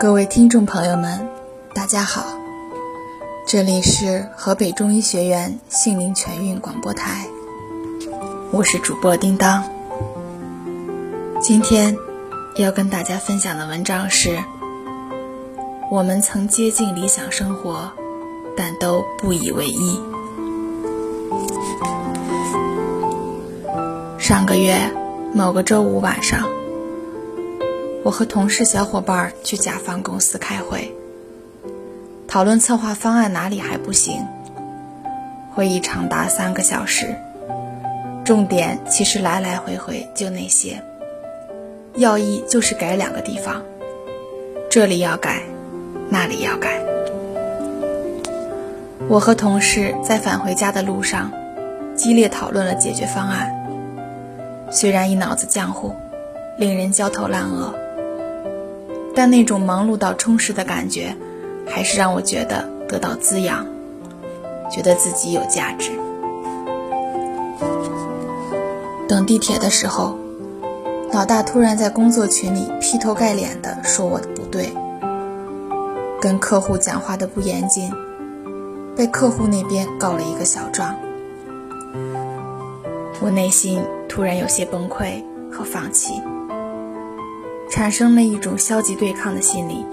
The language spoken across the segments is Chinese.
各位听众朋友们，大家好，这里是河北中医学院杏林全运广播台，我是主播叮当。今天要跟大家分享的文章是：我们曾接近理想生活，但都不以为意。上个月某个周五晚上，我和同事小伙伴去甲方公司开会，讨论策划方案哪里还不行。会议长达3个小时，重点其实来来回回就那些，要义就是改2个地方，这里要改，那里要改。我和同事在返回家的路上激烈讨论了解决方案，虽然一脑子浆糊，令人焦头烂额，但那种忙碌到充实的感觉还是让我觉得得到滋养，觉得自己有价值。等地铁的时候，老大突然在工作群里劈头盖脸地说我的不对，跟客户讲话的不严谨，被客户那边告了一个小状。我内心突然有些崩溃和放弃，产生了一种消极对抗的心理，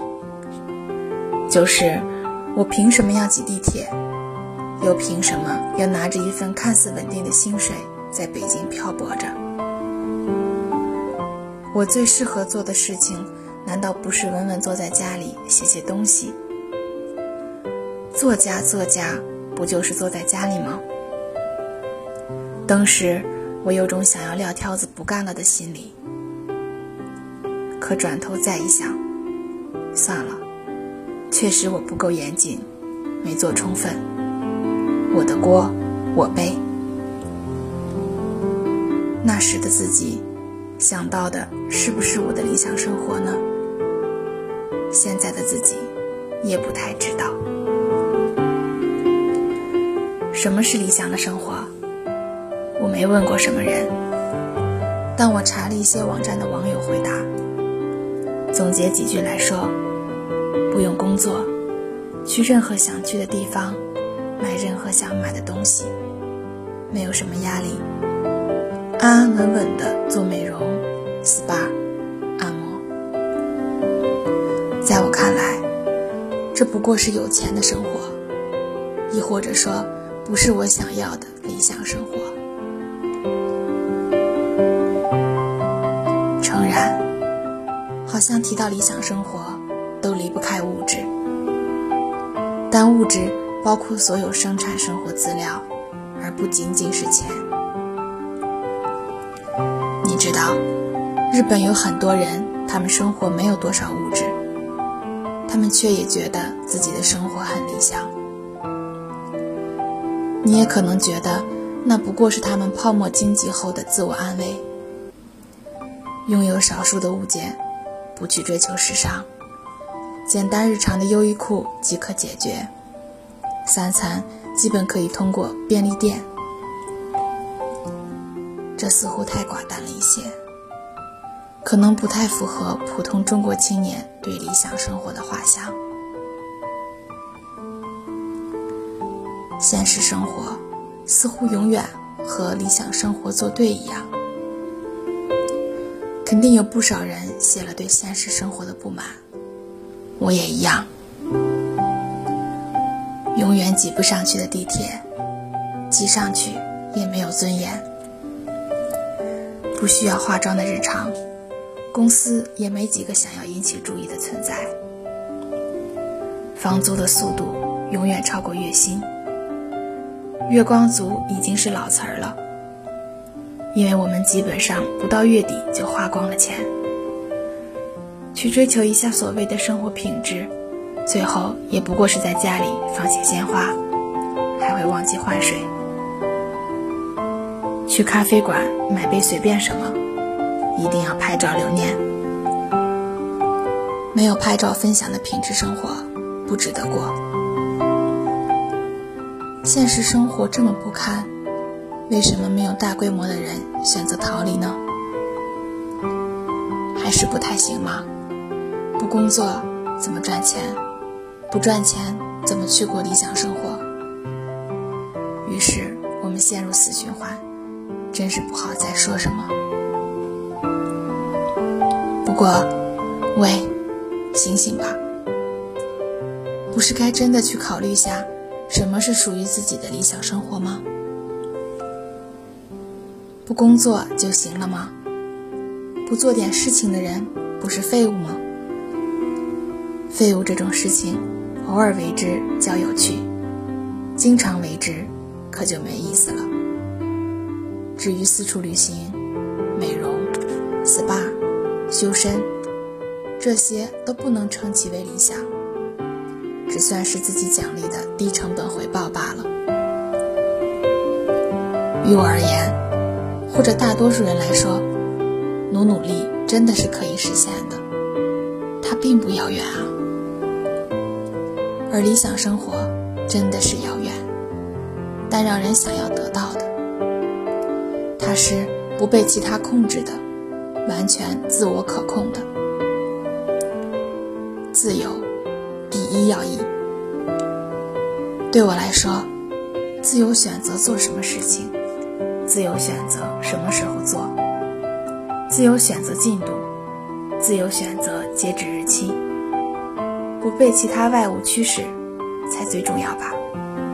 就是我凭什么要挤地铁，又凭什么要拿着一份看似稳定的薪水在北京漂泊着？我最适合做的事情难道不是稳稳坐在家里写写东西？作家不就是坐在家里吗？当时我有种想要撂挑子不干了的心理，可转头再一想，算了，确实我不够严谨，没做充分，我的锅我背。那时的自己想到的是不是我的理想生活呢？现在的自己也不太知道。什么是理想的生活？我没问过什么人，但我查了一些网站的网友回答，总结几句来说：不用工作，去任何想去的地方，买任何想买的东西，没有什么压力，安安稳稳地做美容、SPA、按摩。在我看来，这不过是有钱的生活，亦或者说不是我想要的理想生活。诚然，好像提到理想生活都离不开物质，但物质包括所有生产生活资料，而不仅仅是钱。你知道，日本有很多人，他们生活没有多少物质，他们却也觉得自己的生活很理想。你也可能觉得那不过是他们泡沫经济后的自我安慰，拥有少数的物件，不去追求时尚，简单日常的优衣库即可解决，3餐基本可以通过便利店。这似乎太寡淡了一些，可能不太符合普通中国青年对理想生活的画像。现实生活似乎永远和理想生活作对一样，肯定有不少人写了对现实生活的不满，我也一样。永远挤不上去的地铁，挤上去也没有尊严。不需要化妆的日常，公司也没几个想要引起注意的存在。房租的速度永远超过月薪，月光族已经是老词儿了，因为我们基本上不到月底就花光了钱，去追求一下所谓的生活品质，最后也不过是在家里放些鲜花，还会忘记换水。去咖啡馆买杯随便什么，一定要拍照留念。没有拍照分享的品质生活，不值得过。现实生活这么不堪，为什么没有大规模的人选择逃离呢？还是不太行吗？不工作怎么赚钱？不赚钱怎么去过理想生活？于是我们陷入死循环，真是不好再说什么。不过，喂，醒醒吧，不是该真的去考虑一下什么是属于自己的理想生活吗？不工作就行了吗？不做点事情的人不是废物吗？废物这种事情偶尔为之较有趣，经常为之可就没意思了。至于四处旅行、美容、SPA、修身，这些都不能称其为理想，只算是自己奖励的低成本回报罢了。于我而言，或者大多数人来说，努力真的是可以实现的，它并不遥远啊。而理想生活真的是遥远，但让人想要得到的，它是不被其他控制的，完全自我可控的。自由第一要义。对我来说，自由选择做什么事情，自由选择什么时候做，自由选择进度，自由选择截止日期，不被其他外物驱使才最重要吧。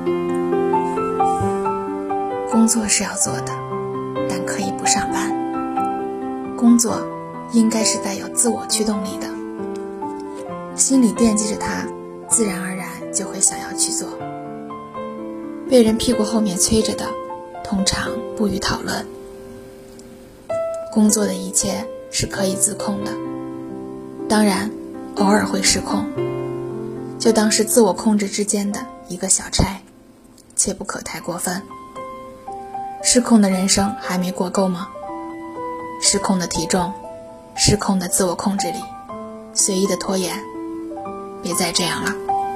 工作是要做的，但可以不上班。工作应该是带有自我驱动力的，心里惦记着它，自然而然就会想要去做。被人屁股后面催着的，通常不予讨论。工作的一切是可以自控的，当然偶尔会失控，就当是自我控制之间的一个小差，切不可太过分。失控的人生还没过够吗？失控的体重，失控的自我控制力，随意的拖延，别再这样了。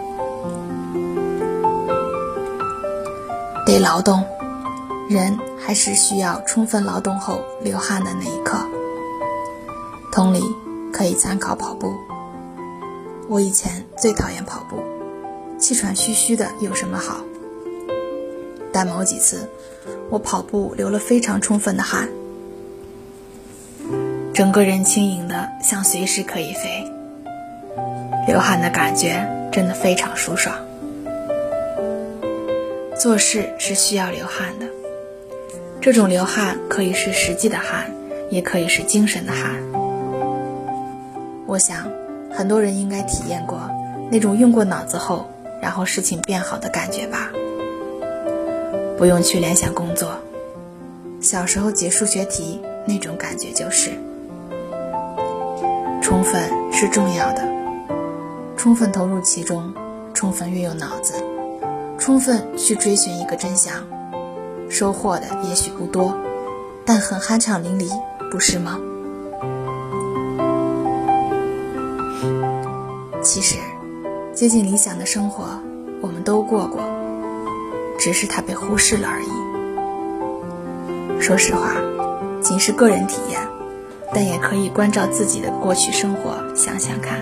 得劳动，人还是需要充分劳动后流汗的那一刻。同理，可以参考跑步。我以前最讨厌跑步，气喘吁吁的有什么好？但某几次我跑步流了非常充分的汗，整个人轻盈的像随时可以飞，流汗的感觉真的非常舒爽。做事是需要流汗的，这种流汗可以是实际的汗，也可以是精神的汗。我想很多人应该体验过那种用过脑子后然后事情变好的感觉吧。不用去联想工作，小时候解数学题那种感觉就是。充分是重要的，充分投入其中，充分运用脑子，充分去追寻一个真相，收获的也许不多，但很酣畅淋漓，不是吗？其实接近理想的生活我们都过过，只是它被忽视了而已。说实话，仅是个人体验，但也可以关照自己的过去生活想想看。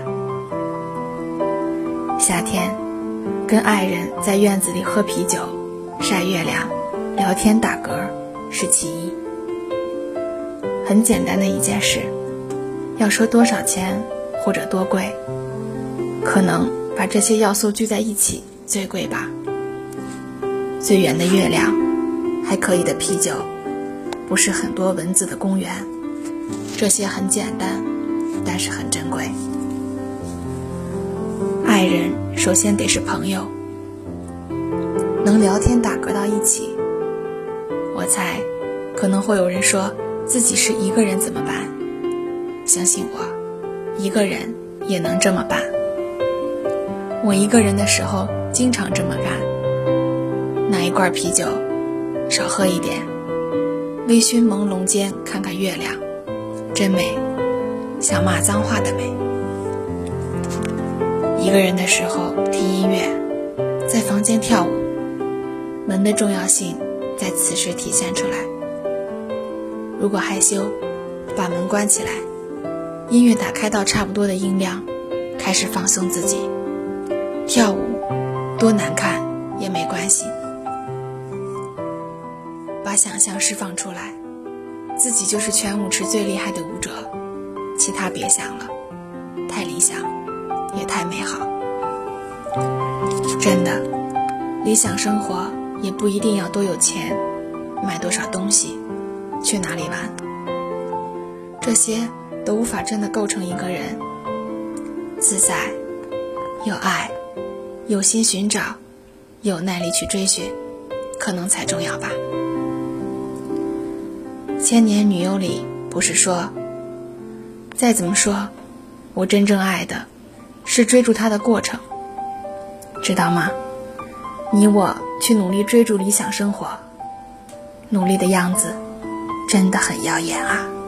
夏天跟爱人在院子里喝啤酒、晒月亮、聊天打嗝是其一。很简单的一件事，要说多少钱或者多贵，可能把这些要素聚在一起最贵吧。最远的月亮，还可以的啤酒，不是很多蚊子的公园，这些很简单，但是很珍贵。爱人首先得是朋友，能聊天打嗝到一起。我猜可能会有人说自己是一个人怎么办？相信我，一个人也能这么办。我一个人的时候经常这么干，拿一罐啤酒，少喝一点，微醺朦胧间看看月亮，真美，想骂脏话的美。一个人的时候听音乐，在房间跳舞，门的重要性在此时体现出来。如果害羞，把门关起来，音乐打开到差不多的音量， 开始放松自己，跳舞多难看也没关系，把想象释放出来，自己就是全舞池最厉害的舞者，其他别想了，太理想也太美好。真的，理想生活也不一定要多有钱，买多少东西，去哪里玩，这些都无法真的构成一个人。自在，有爱，有心寻找，有耐力去追寻，可能才重要吧。千年女优里不是说，再怎么说，我真正爱的是追逐它的过程，知道吗？你我去努力追逐理想生活，努力的样子真的很耀眼啊。